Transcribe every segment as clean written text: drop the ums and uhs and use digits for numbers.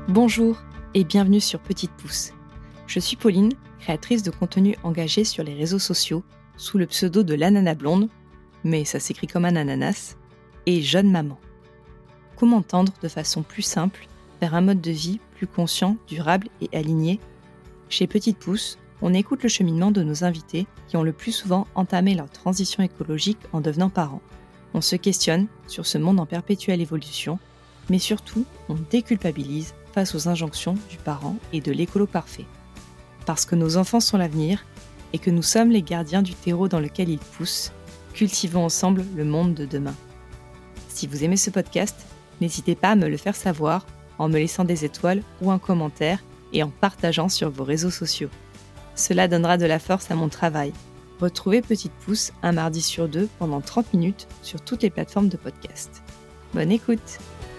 Bonjour et bienvenue sur Petite Pouce. Je suis Pauline, créatrice de contenu engagé sur les réseaux sociaux sous le pseudo de l'Anana Blonde, mais ça s'écrit comme un ananas, et jeune maman. Comment tendre de façon plus simple vers un mode de vie plus conscient, durable et aligné? Chez Petite Pouce, on écoute le cheminement de nos invités qui ont le plus souvent entamé leur transition écologique en devenant parents. On se questionne sur ce monde en perpétuelle évolution, mais surtout, on déculpabilise face aux injonctions du parent et de l'écolo parfait. Parce que nos enfants sont l'avenir et que nous sommes les gardiens du terreau dans lequel ils poussent, cultivons ensemble le monde de demain. Si vous aimez ce podcast, n'hésitez pas à me le faire savoir en me laissant des étoiles ou un commentaire et en partageant sur vos réseaux sociaux. Cela donnera de la force à mon travail. Retrouvez Petite Pouce un mardi sur 2 pendant 30 minutes sur toutes les plateformes de podcast. Bonne écoute!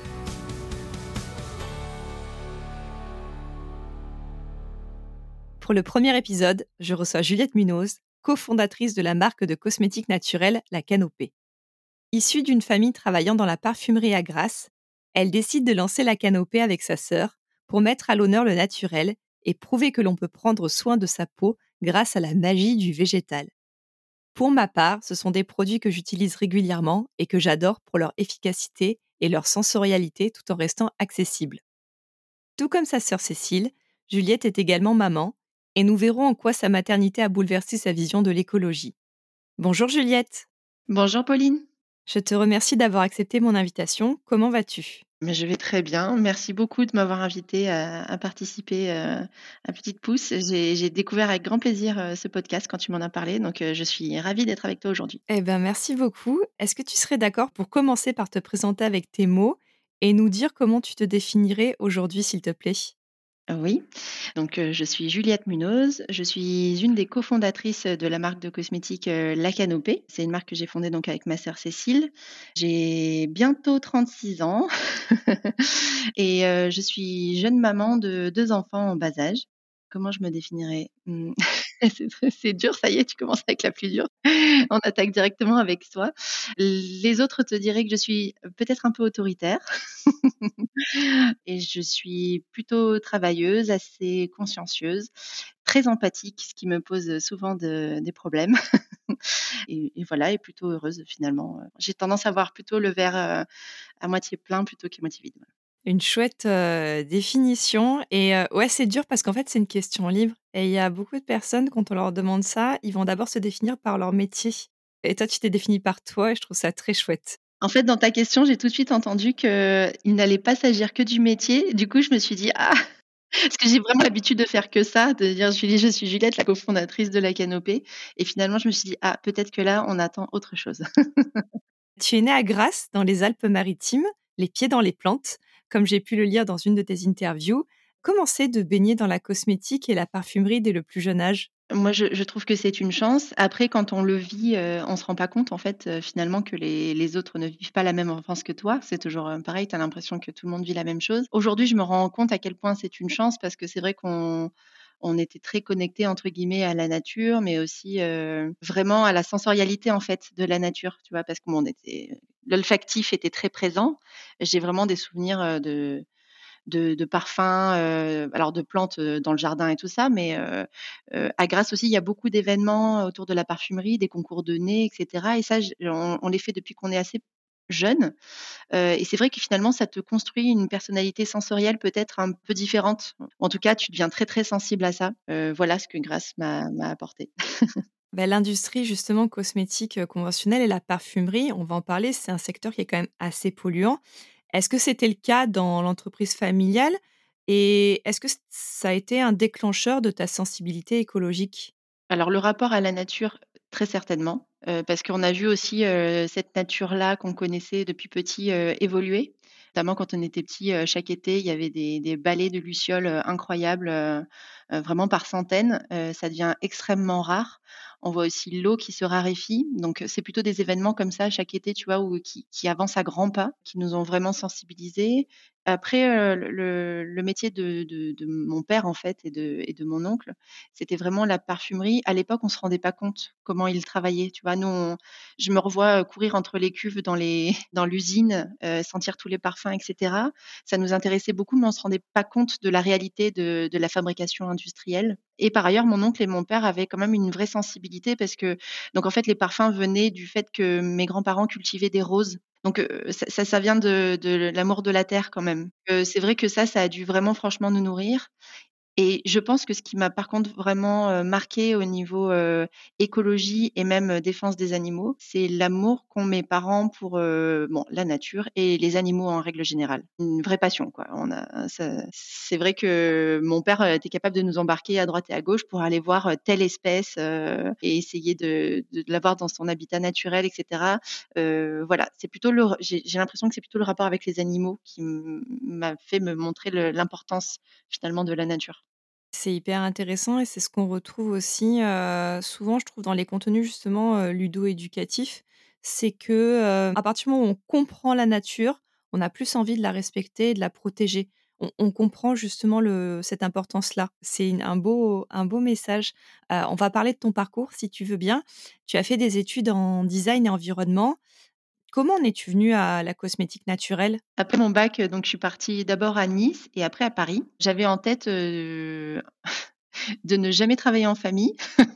Pour le premier épisode, je reçois Juliette Munoz, cofondatrice de la marque de cosmétiques naturels La Canopée. Issue d'une famille travaillant dans la parfumerie à Grasse, elle décide de lancer La Canopée avec sa sœur pour mettre à l'honneur le naturel et prouver que l'on peut prendre soin de sa peau grâce à la magie du végétal. Pour ma part, ce sont des produits que j'utilise régulièrement et que j'adore pour leur efficacité et leur sensorialité tout en restant accessibles. Tout comme sa sœur Cécile, Juliette est également maman et nous verrons en quoi sa maternité a bouleversé sa vision de l'écologie. Bonjour Juliette. Bonjour Pauline. Je te remercie d'avoir accepté mon invitation. Comment vas-tu ? Mais je vais très bien. Merci beaucoup de m'avoir invitée à participer à Petite Pouce. J'ai découvert avec grand plaisir ce podcast quand tu m'en as parlé. Donc, je suis ravie d'être avec toi aujourd'hui. Eh bien, merci beaucoup. Est-ce que tu serais d'accord pour commencer par te présenter avec tes mots et nous dire comment tu te définirais aujourd'hui, s'il te plaît ? Oui, donc je suis Juliette Munoz. Je suis une des cofondatrices de la marque de cosmétiques La Canopée. C'est une marque que j'ai fondée donc avec ma sœur Cécile. J'ai bientôt 36 ans et je suis jeune maman de 2 enfants en bas âge. Comment je me définirais? C'est dur, ça y est, tu commences avec la plus dure. On attaque directement avec toi. Les autres te diraient que je suis peut-être un peu autoritaire et je suis plutôt travailleuse, assez consciencieuse, très empathique, ce qui me pose souvent des problèmes et voilà et plutôt heureuse finalement. J'ai tendance à voir plutôt le verre, à moitié plein plutôt qu'à moitié vide. Une chouette définition et ouais, c'est dur parce qu'en fait, c'est une question libre et il y a beaucoup de personnes, quand on leur demande ça, ils vont d'abord se définir par leur métier et toi, tu t'es définie par toi et je trouve ça très chouette. En fait, dans ta question, j'ai tout de suite entendu qu'il n'allait pas s'agir que du métier. Du coup, je me suis dit: «Ah!» parce que j'ai vraiment l'habitude de faire que ça, de dire: Je suis Juliette, la cofondatrice de La Canopée» et finalement, je me suis dit: «Ah, peut-être que là, on attend autre chose». Tu es née à Grasse, dans les Alpes-Maritimes, les pieds dans les plantes, comme j'ai pu le lire dans une de tes interviews. Comment c'est de baigner dans la cosmétique et la parfumerie dès le plus jeune âge ? Moi, je trouve que c'est une chance. Après, quand on le vit, on se rend pas compte, en fait, finalement, que les autres ne vivent pas la même enfance que toi. C'est toujours, pareil, tu as l'impression que tout le monde vit la même chose. Aujourd'hui, je me rends compte à quel point c'est une chance parce que c'est vrai qu'on était très connectés, entre guillemets, «à la nature», mais aussi, vraiment à la sensorialité, en fait, de la nature, tu vois? Parce que bon, on était l'olfactif était très présent. J'ai vraiment des souvenirs, de parfums, alors de plantes, dans le jardin et tout ça, mais à Grasse aussi, il y a beaucoup d'événements autour de la parfumerie, des concours de nez et cetera et ça, on les fait depuis qu'on est assez jeune, et c'est vrai que finalement, ça te construit une personnalité sensorielle peut-être un peu différente. En tout cas, tu deviens très, très sensible à ça. Voilà ce que Grasse m'a apporté. Bah, l'industrie justement cosmétique conventionnelle et la parfumerie, on va en parler, c'est un secteur qui est quand même assez polluant. Est-ce que c'était le cas dans l'entreprise familiale et est-ce que ça a été un déclencheur de ta sensibilité écologique ? Alors le rapport à la nature, très certainement, parce qu'on a vu aussi, cette nature-là qu'on connaissait depuis petit, évoluer. Notamment quand on était petit, chaque été, il y avait des balais de lucioles, incroyables, vraiment par centaines. Ça devient extrêmement rare. On voit aussi l'eau qui se raréfie. Donc, c'est plutôt des événements comme ça chaque été, tu vois, ou qui avancent à grands pas, qui nous ont vraiment sensibilisés. Après, le métier de mon père, en fait, et de mon oncle, c'était vraiment la parfumerie. À l'époque, on se rendait pas compte comment ils travaillaient, tu vois? Nous, je me revois, courir entre les cuves dans les dans l'usine, sentir tous les parfums et cetera. Ça nous intéressait beaucoup, mais on se rendait pas compte de la réalité de la fabrication industrielle. Et par ailleurs, mon oncle et mon père avaient quand même une vraie sensibilité parce que donc en fait, les parfums venaient du fait que mes grands-parents cultivaient des roses. Donc ça vient de l'amour de la terre quand même. C'est vrai que ça a dû vraiment franchement nous nourrir. Et je pense que ce qui m'a par contre vraiment, marquée au niveau, écologie et même, défense des animaux, c'est l'amour qu'ont mes parents pour, bon, la nature et les animaux en règle générale. Une vraie passion, quoi. On a ça c'est vrai que mon père, était capable de nous embarquer à droite et à gauche pour aller voir, telle espèce, et essayer de l'avoir dans son habitat naturel et cetera. Voilà, c'est plutôt j'ai l'impression que c'est plutôt le rapport avec les animaux qui m'a fait me montrer l'importance finalement de la nature. C'est hyper intéressant et c'est ce qu'on retrouve aussi, souvent je trouve dans les contenus justement, ludo-éducatifs. C'est que, à partir du moment où on comprend la nature, on a plus envie de la respecter et de la protéger. On comprend justement cette importance-là. C'est un beau message. On va parler de ton parcours si tu veux bien. Tu as fait des études en design et environnement. Comment en es-tu venue à la cosmétique naturelle? Après mon bac, donc je suis partie d'abord à Nice et après à Paris. J'avais en tête, de ne jamais travailler en famille.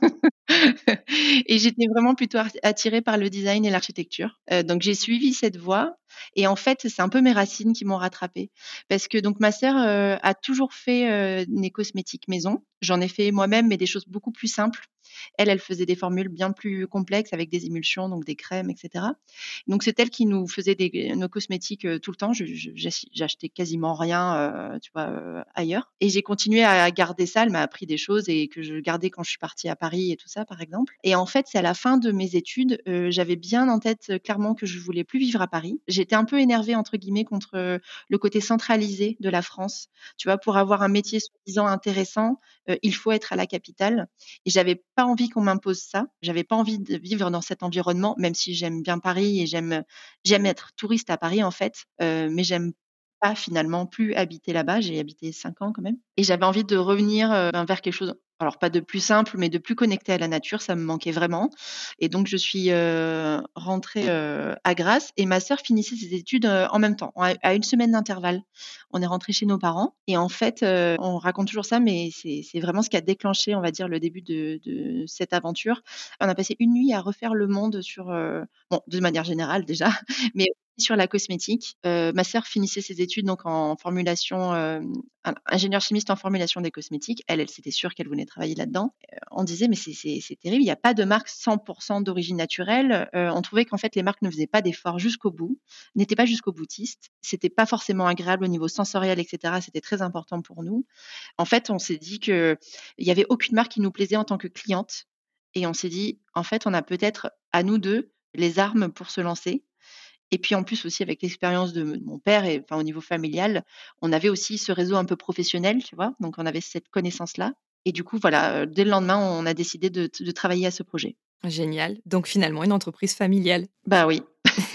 Et j'étais vraiment plutôt attirée par le design et l'architecture. Donc j'ai suivi cette voie et en fait, c'est un peu mes racines qui m'ont rattrapée. Parce que donc ma sœur, a toujours fait, des cosmétiques maison. J'en ai fait moi-même, mais des choses beaucoup plus simples. Elle, elle faisait des formules bien plus complexes avec des émulsions, donc des crèmes et cetera. Donc c'est elle qui nous faisait nos cosmétiques, tout le temps. J'achetais quasiment rien, tu vois, ailleurs et j'ai continué à garder ça. Elle m'a appris des choses et que je gardais quand je suis partie à Paris et tout ça, par exemple. Et en fait, c'est à la fin de mes études, j'avais bien en tête, clairement que je voulais plus vivre à Paris. J'étais un peu «énervée» entre guillemets contre, le côté centralisé de la France. Tu vois? Pour avoir un métier soi-disant intéressant, il faut être à la capitale et j'avais pas envie qu'on m'impose ça. J'avais pas envie de vivre dans cet environnement, même si j'aime bien Paris et j'aime être touriste à Paris, en fait, mais j'aime pas finalement plus habiter là-bas. J'ai habité 5 ans quand même et j'avais envie de revenir, vers quelque chose, alors pas de plus simple, mais de plus connecté à la nature. Ça me manquait vraiment et donc je suis, rentrée, à Grasse et ma sœur finissait ses études, en même temps, à 1 semaine d'intervalle. On est rentrés chez nos parents et en fait, on raconte toujours ça, mais c'est vraiment ce qui a déclenché, on va dire, le début de cette aventure. On a passé une nuit à refaire le monde sur, bon, de manière générale déjà, mais aussi sur la cosmétique. Ma sœur finissait ses études donc en formulation, ingénieure chimiste en formulation des cosmétiques. Elle, c'était sûre qu'elle voulait travailler là-dedans. On disait: «Mais c'est terrible, il y a pas de marque 100 d'origine naturelle». On trouvait qu'en fait les marques ne faisaient pas d'efforts jusqu'au bout, n'étaient pas jusqu'au boutiste. C'était pas forcément agréable au niveau sensoriel et cetera, c'était très important pour nous. En fait, on s'est dit qu'il y avait aucune marque qui nous plaisait en tant que cliente et on s'est dit: «En fait, on a peut-être à nous 2 les armes pour se lancer». Et puis en plus aussi avec l'expérience de mon père et enfin au niveau familial, on avait aussi ce réseau un peu professionnel, tu vois? Donc on avait cette connaissance-là et du coup voilà, dès le lendemain, on a décidé de travailler à ce projet. Génial. Donc finalement une entreprise familiale. Bah oui,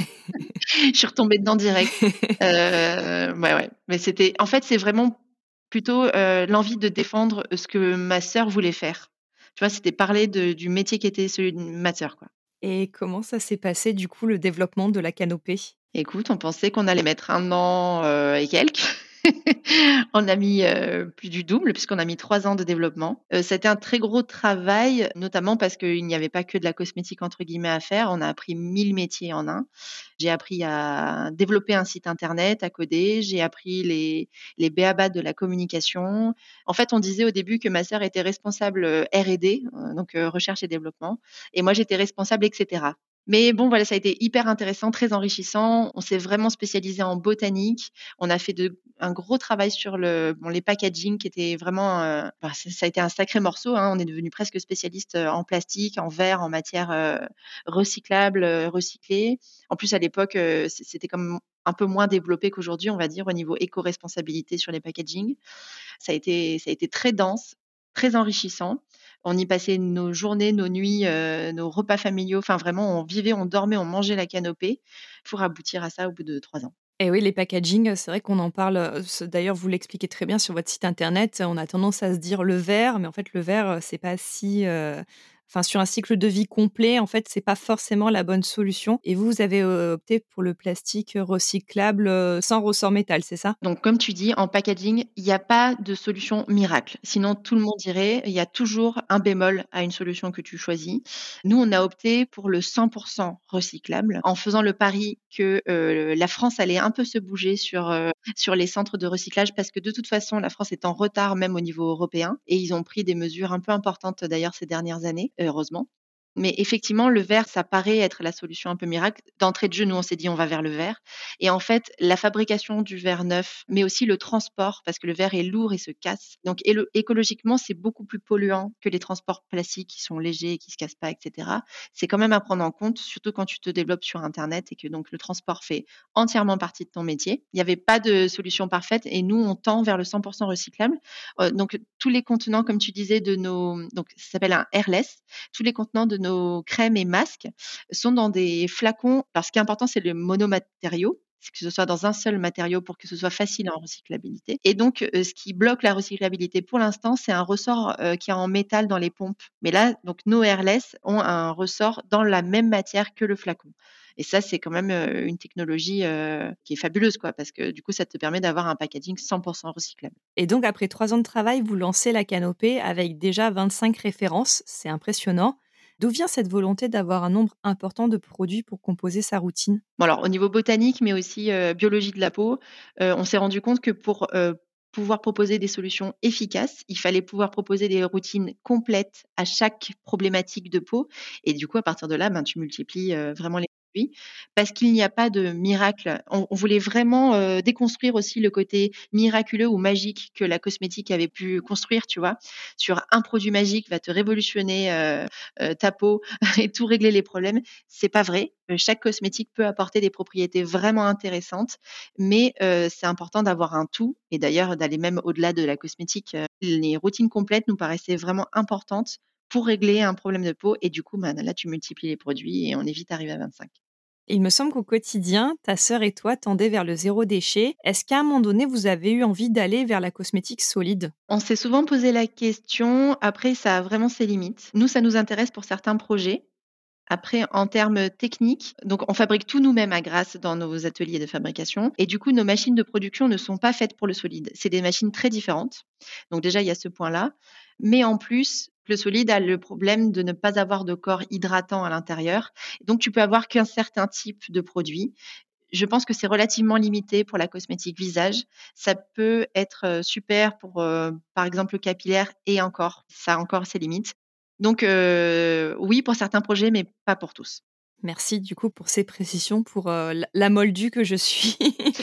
je suis retombée dedans direct. Ouais, ouais, mais c'était en fait, c'est vraiment plutôt, l'envie de défendre, ce que ma sœur voulait faire. Tu vois? C'était parler du métier qui était celui de ma sœur, quoi. Et comment ça s'est passé du coup le développement de la canopée? Écoute, on pensait qu'on allait mettre 1 an, et quelques. On a mis, plus du double puisqu'on a mis 3 ans de développement. Ça a été un très gros travail, notamment parce qu'il n'y avait pas que de la «cosmétique» entre guillemets à faire. On a appris 1000 métiers en un. J'ai appris à développer un site internet, à coder. J'ai appris les b.a-ba de la communication. En fait, on disait au début que ma sœur était responsable, R&D, donc recherche et développement et moi j'étais responsable et cetera. Mais bon, voilà, ça a été hyper intéressant, très enrichissant. On s'est vraiment spécialisé en botanique. On a fait un gros travail sur les packaging qui étaient vraiment, ça a été un sacré morceau, hein. On est devenu presque spécialiste, en plastique, en verre, en matière, recyclable, recyclée. En plus, à l'époque, c'était comme un peu moins développé qu'aujourd'hui, on va dire, au niveau éco-responsabilité sur les packaging. Ça a été très dense, très enrichissant. On y passait nos journées, nos nuits, nos repas familiaux. Enfin, vraiment, on vivait, on dormait, on mangeait la canopée pour aboutir à ça au bout de 3 ans. Et oui, les packaging, c'est vrai qu'on en parle, d'ailleurs, vous l'expliquez très bien sur votre site internet. On a tendance à se dire le verre, mais en fait, le verre, c'est pas si, enfin, sur un cycle de vie complet, en fait, c'est pas forcément la bonne solution et vous avez, opté pour le plastique recyclable, sans ressort métal, c'est ça? Donc, comme tu dis, en packaging, il y a pas de solution miracle. Sinon, tout le monde dirait, il y a toujours un bémol à une solution que tu choisis. Nous, on a opté pour le 100% recyclable en faisant le pari que, la France allait un peu se bouger sur les centres de recyclage parce que de toute façon, la France est en retard même au niveau européen et ils ont pris des mesures un peu importantes d'ailleurs ces dernières années, heureusement. Mais effectivement, le verre, ça paraît être la solution un peu miracle. D'entrée de jeu, nous, on s'est dit: «On va vers le verre» et en fait, la fabrication du verre neuf, mais aussi le transport, parce que le verre est lourd et se casse. Donc écologiquement, c'est beaucoup plus polluant que les transports classiques qui sont légers et qui se cassent pas et cetera. C'est quand même à prendre en compte, surtout quand tu te développes sur internet et que donc le transport fait entièrement partie de ton métier. Il y avait pas de solution parfaite et nous, on tend vers le 100 recyclable. Donc tous les contenants, comme tu disais, de nos donc ça s'appelle un airless. Tous les contenants de nos crèmes et masques sont dans des flacons. Alors, ce qui est important, c'est le monomatériau, c'est que ce soit dans un seul matériau pour que ce soit facile en recyclabilité. Et donc, ce qui bloque la recyclabilité pour l'instant, c'est un ressort qui est en métal dans les pompes. Mais là, donc nos airless ont un ressort dans la même matière que le flacon. Et ça, c'est quand même une technologie qui est fabuleuse, quoi, parce que du coup, ça te permet d'avoir un packaging 100% recyclable. Et donc après 3 ans de travail, vous lancez la canopée avec déjà 25 références, c'est impressionnant. D'où vient cette volonté d'avoir un nombre important de produits pour composer sa routine? Bon alors au niveau botanique, mais aussi, biologie de la peau, on s'est rendu compte que pour, pouvoir proposer des solutions efficaces, il fallait pouvoir proposer des routines complètes à chaque problématique de peau et du coup à partir de là, ben, tu multiplies, vraiment les produits parce qu'il n'y a pas de miracle. On voulait vraiment, déconstruire aussi le côté miraculeux ou magique que la cosmétique avait pu construire, tu vois? Sur un produit magique va te révolutionner, ta peau et tout régler les problèmes. C'est pas vrai. Chaque cosmétique peut apporter des propriétés vraiment intéressantes, mais c'est important d'avoir un tout et d'ailleurs d'aller même au-delà de la cosmétique. Les routines complètes nous paraissaient vraiment importantes pour régler un problème de peau et du coup, ben, là, tu multiplies les produits et on est vite arrivé à 25. Il me semble qu'au quotidien, ta sœur et toi tendez vers le zéro déchet. Est-ce qu'à un moment donné, vous avez eu envie d'aller vers la cosmétique solide? On s'est souvent posé la question, après ça a vraiment ses limites. Nous, ça nous intéresse pour certains projets. Après, en termes techniques, donc on fabrique tout nous-mêmes à Grasse dans nos ateliers de fabrication et du coup, nos machines de production ne sont pas faites pour le solide. C'est des machines très différentes. Donc déjà, il y a ce point-là. Mais en plus, le solide a le problème de ne pas avoir de corps hydratant à l'intérieur. Donc tu peux avoir qu'un certain type de produit. Je pense que c'est relativement limité pour la cosmétique visage. Ça peut être, super pour, par exemple, le capillaire et encore, ça a encore ses limites. Donc oui, pour certains projets, mais pas pour tous. Merci du coup pour ces précisions, pour, la moldue que je suis.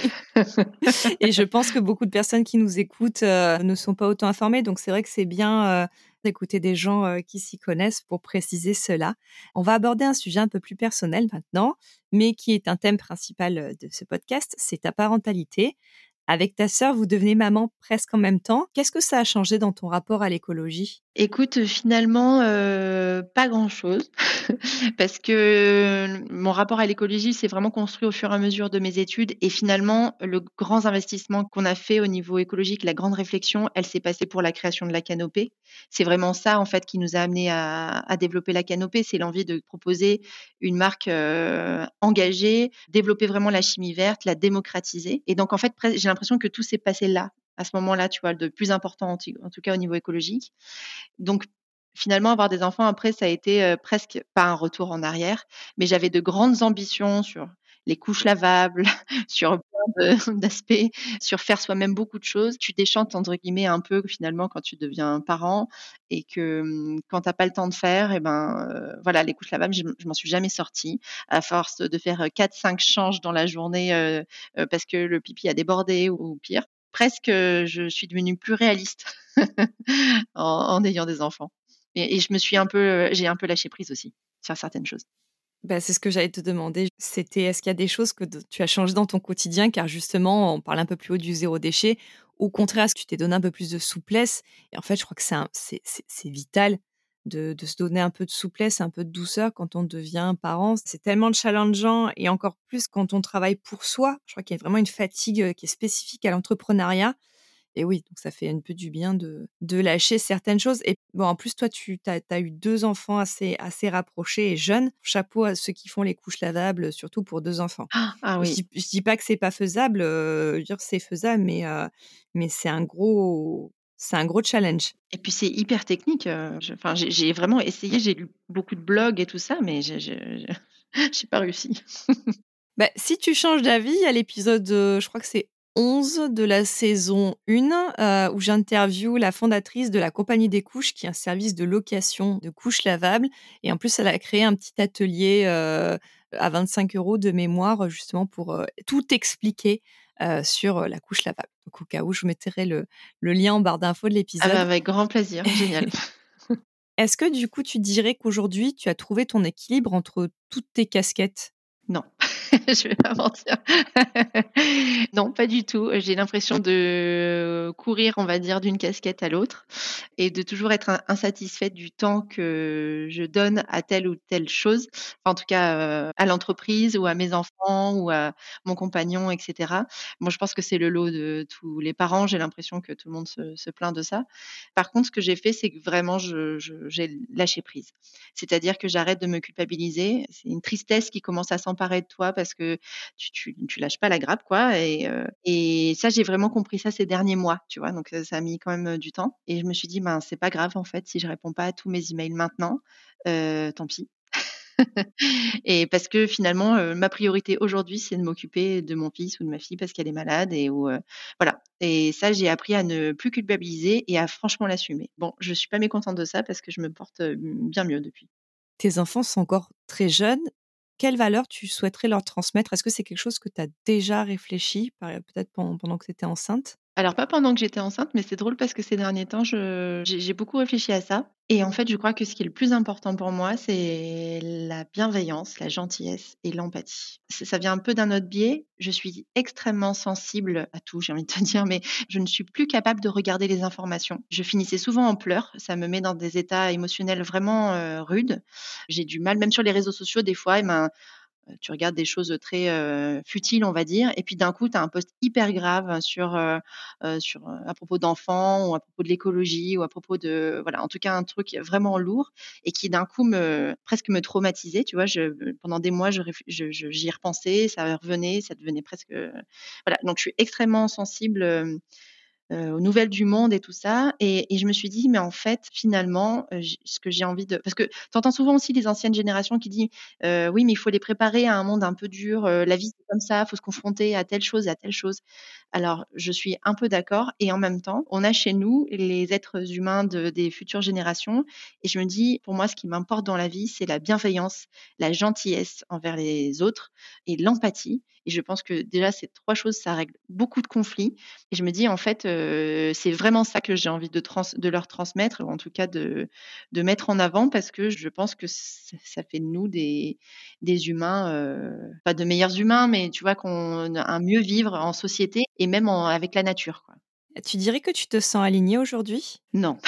Et je pense que beaucoup de personnes qui nous écoutent, ne sont pas autant informées, donc c'est vrai que c'est bien, d'écouter des gens, qui s'y connaissent pour préciser cela. On va aborder un sujet un peu plus personnel maintenant, mais qui est un thème principal, de ce podcast, c'est ta parentalité. Avec ta sœur, vous devenez maman presque en même temps. Qu'est-ce que ça a changé dans ton rapport à l'écologie? Écoute, finalement, pas grand-chose parce que mon rapport à l'écologie s'est vraiment construit au fur et à mesure de mes études et finalement, le grand investissement qu'on a fait au niveau écologique, la grande réflexion, elle s'est passée pour la création de la canopée. C'est vraiment ça, en fait, qui nous a amenés à développer la canopée. C'est l'envie de proposer une marque, engagée, développer vraiment la chimie verte, la démocratiser et donc en fait, j'ai l'impression que tout s'est passé là, à ce moment-là, tu vois? De plus important en tout cas au niveau écologique. Donc finalement, avoir des enfants après, ça a été, presque pas un retour en arrière, mais j'avais de grandes ambitions sur les couches lavables, sur plein de d'aspects, sur faire soi-même beaucoup de choses. Tu «déchantes» entre guillemets un peu finalement quand tu deviens parent et que, quand tu as pas le temps de faire et ben, voilà, les couches lavables, je m'en suis jamais sortie. À force de faire, 4-5 changes dans la journée, parce que le pipi a débordé ou pire, presque, je suis devenue plus réaliste en ayant des enfants et je me suis un peu, j'ai un peu lâché prise aussi sur certaines choses. Bah, c'est ce que j'allais te demander. C'était est-ce qu'il y a des choses que tu as changées dans ton quotidien? Car justement, on parle un peu plus haut du zéro déchet. Au contraire, est-ce que tu t'es donné un peu plus de souplesse? Et en fait, je crois que c'est vital de se donner un peu de souplesse, un peu de douceur quand on devient parent. C'est tellement challengeant et encore plus quand on travaille pour soi. Je crois qu'il y a vraiment une fatigue, qui est spécifique à l'entrepreneuriat et oui, donc ça fait un peu du bien de lâcher certaines choses et bon, en plus, toi, tu as eu 2 enfants assez rapprochés et jeunes. Chapeau à ceux qui font les couches lavables, surtout pour 2 enfants. Ah oui. Je dis pas que c'est pas faisable, je veux dire c'est faisable, mais c'est un gros challenge. Et puis c'est hyper technique, j'ai vraiment essayé, j'ai lu beaucoup de blogs et tout ça, mais j'ai pas réussi. Bah, si tu changes d'avis, il y a l'épisode, je crois que c'est 11 de la saison 1, où j'interviewe la fondatrice de la Compagnie des couches, qui est un service de location de couches lavables et en plus, elle a créé un petit atelier, à 25 € de mémoire, justement pour, tout expliquer, sur, la couche lavable. Donc au cas où, je vous mettrai le lien en barre d'infos de Ah bah, l'épisode. avec grand plaisir, génial. Est-ce que du coup, tu dirais qu'aujourd'hui, tu as trouvé ton équilibre entre toutes tes casquettes? Non, je vais pas mentir. Non, pas du tout. J'ai l'impression de courir, on va dire, d'une casquette à l'autre et de toujours être insatisfaite du temps que je donne à telle ou telle chose. Enfin, en tout cas, à l'entreprise ou à mes enfants ou à mon compagnon et cetera. Moi, je pense que c'est le lot de tous les parents. J'ai l'impression que tout le monde se plaint de ça. Par contre, ce que j'ai fait, c'est que vraiment j'ai lâché prise. C'est-à-dire que j'arrête de me culpabiliser. C'est une tristesse qui commence à s'emparer de toi parce que tu lâches pas la grappe quoi et ça, j'ai vraiment compris ça ces derniers mois, tu vois? Donc ça a mis quand même, du temps et je me suis dit: «Ben, c'est pas grave en fait si je réponds pas à tous mes emails maintenant, tant pis». Et parce que finalement, ma priorité aujourd'hui, c'est de m'occuper de mon fils ou de ma fille parce qu'elle est malade voilà et ça, j'ai appris à ne plus culpabiliser et à franchement l'assumer. Bon, je suis pas mécontente de ça parce que je me porte, bien mieux depuis. Tes enfants sont encore très jeunes. Quelles valeurs tu souhaiterais leur transmettre? Est-ce que c'est quelque chose que tu as déjà réfléchi, peut-être pendant que tu étais enceinte? Alors pas pendant que j'étais enceinte, mais c'est drôle parce que ces derniers temps, j'ai beaucoup réfléchi à ça et en fait, je crois que ce qui est le plus important pour moi, c'est la bienveillance, la gentillesse et l'empathie. Ça vient un peu d'un autre biais. Je suis extrêmement sensible à tout, j'ai envie de te dire, mais je ne suis plus capable de regarder les informations. Je finissais souvent en pleurs, ça me met dans des états émotionnels vraiment, rudes. J'ai du mal, même sur les réseaux sociaux, des fois, tu regardes des choses très, futiles, on va dire et puis d'un coup, tu as un post hyper grave à propos d'enfants ou à propos de l'écologie ou à propos de voilà, en tout cas un truc vraiment lourd et qui d'un coup presque me traumatisait, tu vois? Pendant des mois, j'y repensais, ça revenait, ça devenait presque, voilà, donc je suis extrêmement sensible, aux nouvelles du monde et tout ça et je me suis dit: «Mais en fait, finalement, j ce que j'ai envie de» parce que tu entends souvent aussi les anciennes générations qui disent: «Oui, mais il faut les préparer à un monde un peu dur, la vie c'est comme ça, il faut se confronter à telle chose et à telle chose». Alors, je suis un peu d'accord et en même temps, on a chez nous les êtres humains des futures générations et je me dis: «Pour moi, ce qui m'importe dans la vie, c'est la bienveillance, la gentillesse envers les autres et l'empathie» et je pense que déjà ces 3 choses, ça règle beaucoup de conflits et je me dis: «En fait, c'est vraiment ça que j'ai envie de leur transmettre ou en tout cas de mettre en avant» parce que je pense que ça fait de nous des humains, pas de meilleurs humains, mais tu vois qu'on a un mieux vivre en société et même avec la nature, quoi. Tu dirais que tu te sens alignée aujourd'hui? Non.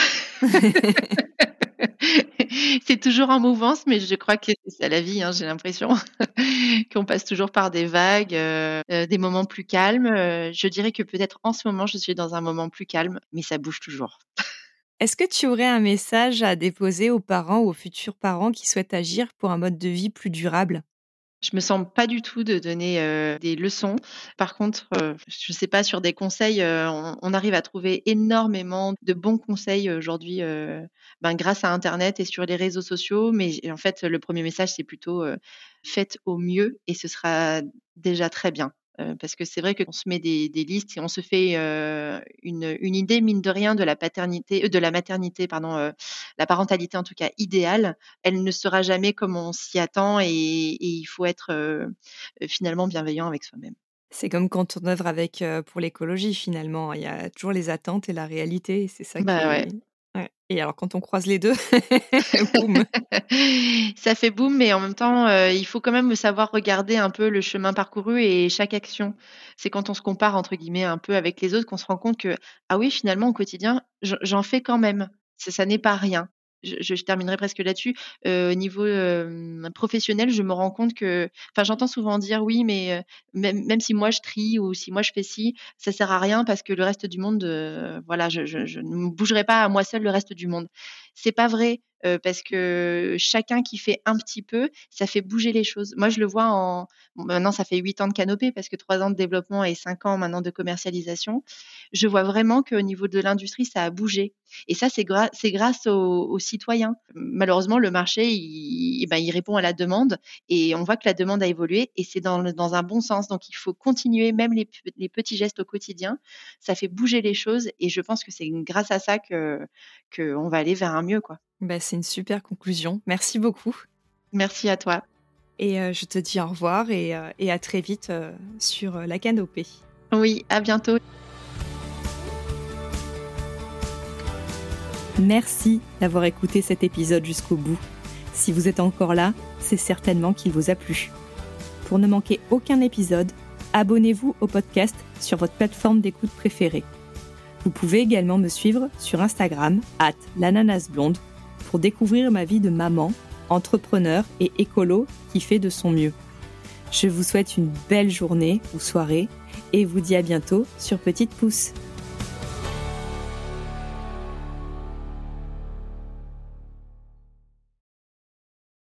C'est toujours en mouvance, mais je crois que c'est ça la vie, hein, j'ai l'impression qu'on passe toujours par des vagues, des moments plus calmes. Je dirais que peut-être en ce moment, je suis dans un moment plus calme, mais ça bouge toujours. Est-ce que tu aurais un message à déposer aux parents ou aux futurs parents qui souhaitent agir pour un mode de vie plus durable? Je me sens pas du tout de donner, des leçons. Par contre, je sais pas sur des conseils, on arrive à trouver énormément de bons conseils aujourd'hui, grâce à internet et sur les réseaux sociaux. Mais en fait, le premier message, c'est plutôt, faites au mieux et ce sera déjà très bien. Parce que c'est vrai qu'on se met des listes et on se fait, une idée mine de rien de la paternité, de la maternité pardon, la parentalité en tout cas idéale. Elle ne sera jamais comme on s'y attend et il faut être, finalement bienveillant avec soi-même. C'est comme quand on œuvre avec, pour l'écologie finalement, il y a toujours les attentes et la réalité, c'est ça qui Bah, ouais. est ouais et alors quand on croise les 2, boum! Ça fait boum, mais en même temps, il faut quand même savoir regarder un peu le chemin parcouru et chaque action. C'est quand on se «compare» entre guillemets un peu avec les autres qu'on se rend compte que: «Ah oui finalement au quotidien, j'en fais quand même». Ça n'est pas rien. je terminerai presque là-dessus. Au niveau, professionnel, je me rends compte que j'entends souvent dire: «Oui, mais même si moi je trie ou si moi je fais ci, ça sert à rien parce que le reste du monde, voilà, je ne bougerai pas à moi seule le reste du monde». C'est pas vrai, parce que chacun qui fait un petit peu, ça fait bouger les choses. Moi, je le vois bon, maintenant ça fait 8 ans de Canopé parce que 3 ans de développement et 5 ans maintenant de commercialisation. Je vois vraiment qu'au niveau de l'industrie, ça a bougé et ça, c'est grâce aux citoyens. Malheureusement, le marché, il répond à la demande et on voit que la demande a évolué et c'est dans un bon sens. Donc il faut continuer, même les petits gestes au quotidien, ça fait bouger les choses et je pense que c'est grâce à ça qu'on va aller vers un mieux, quoi. Bah, c'est une super conclusion. Merci beaucoup. Merci à toi. Et je te dis au revoir et à très vite sur la Canopée. Oui, à bientôt. Merci d'avoir écouté cet épisode jusqu'au bout. Si vous êtes encore là, c'est certainement qu'il vous a plu. Pour ne manquer aucun épisode, abonnez-vous au podcast sur votre plateforme d'écoute préférée. Vous pouvez également me suivre sur Instagram @l'ananasblonde pour découvrir ma vie de maman, entrepreneur et écolo qui fait de son mieux. Je vous souhaite une belle journée ou soirée et vous dis à bientôt sur Petite Pouce.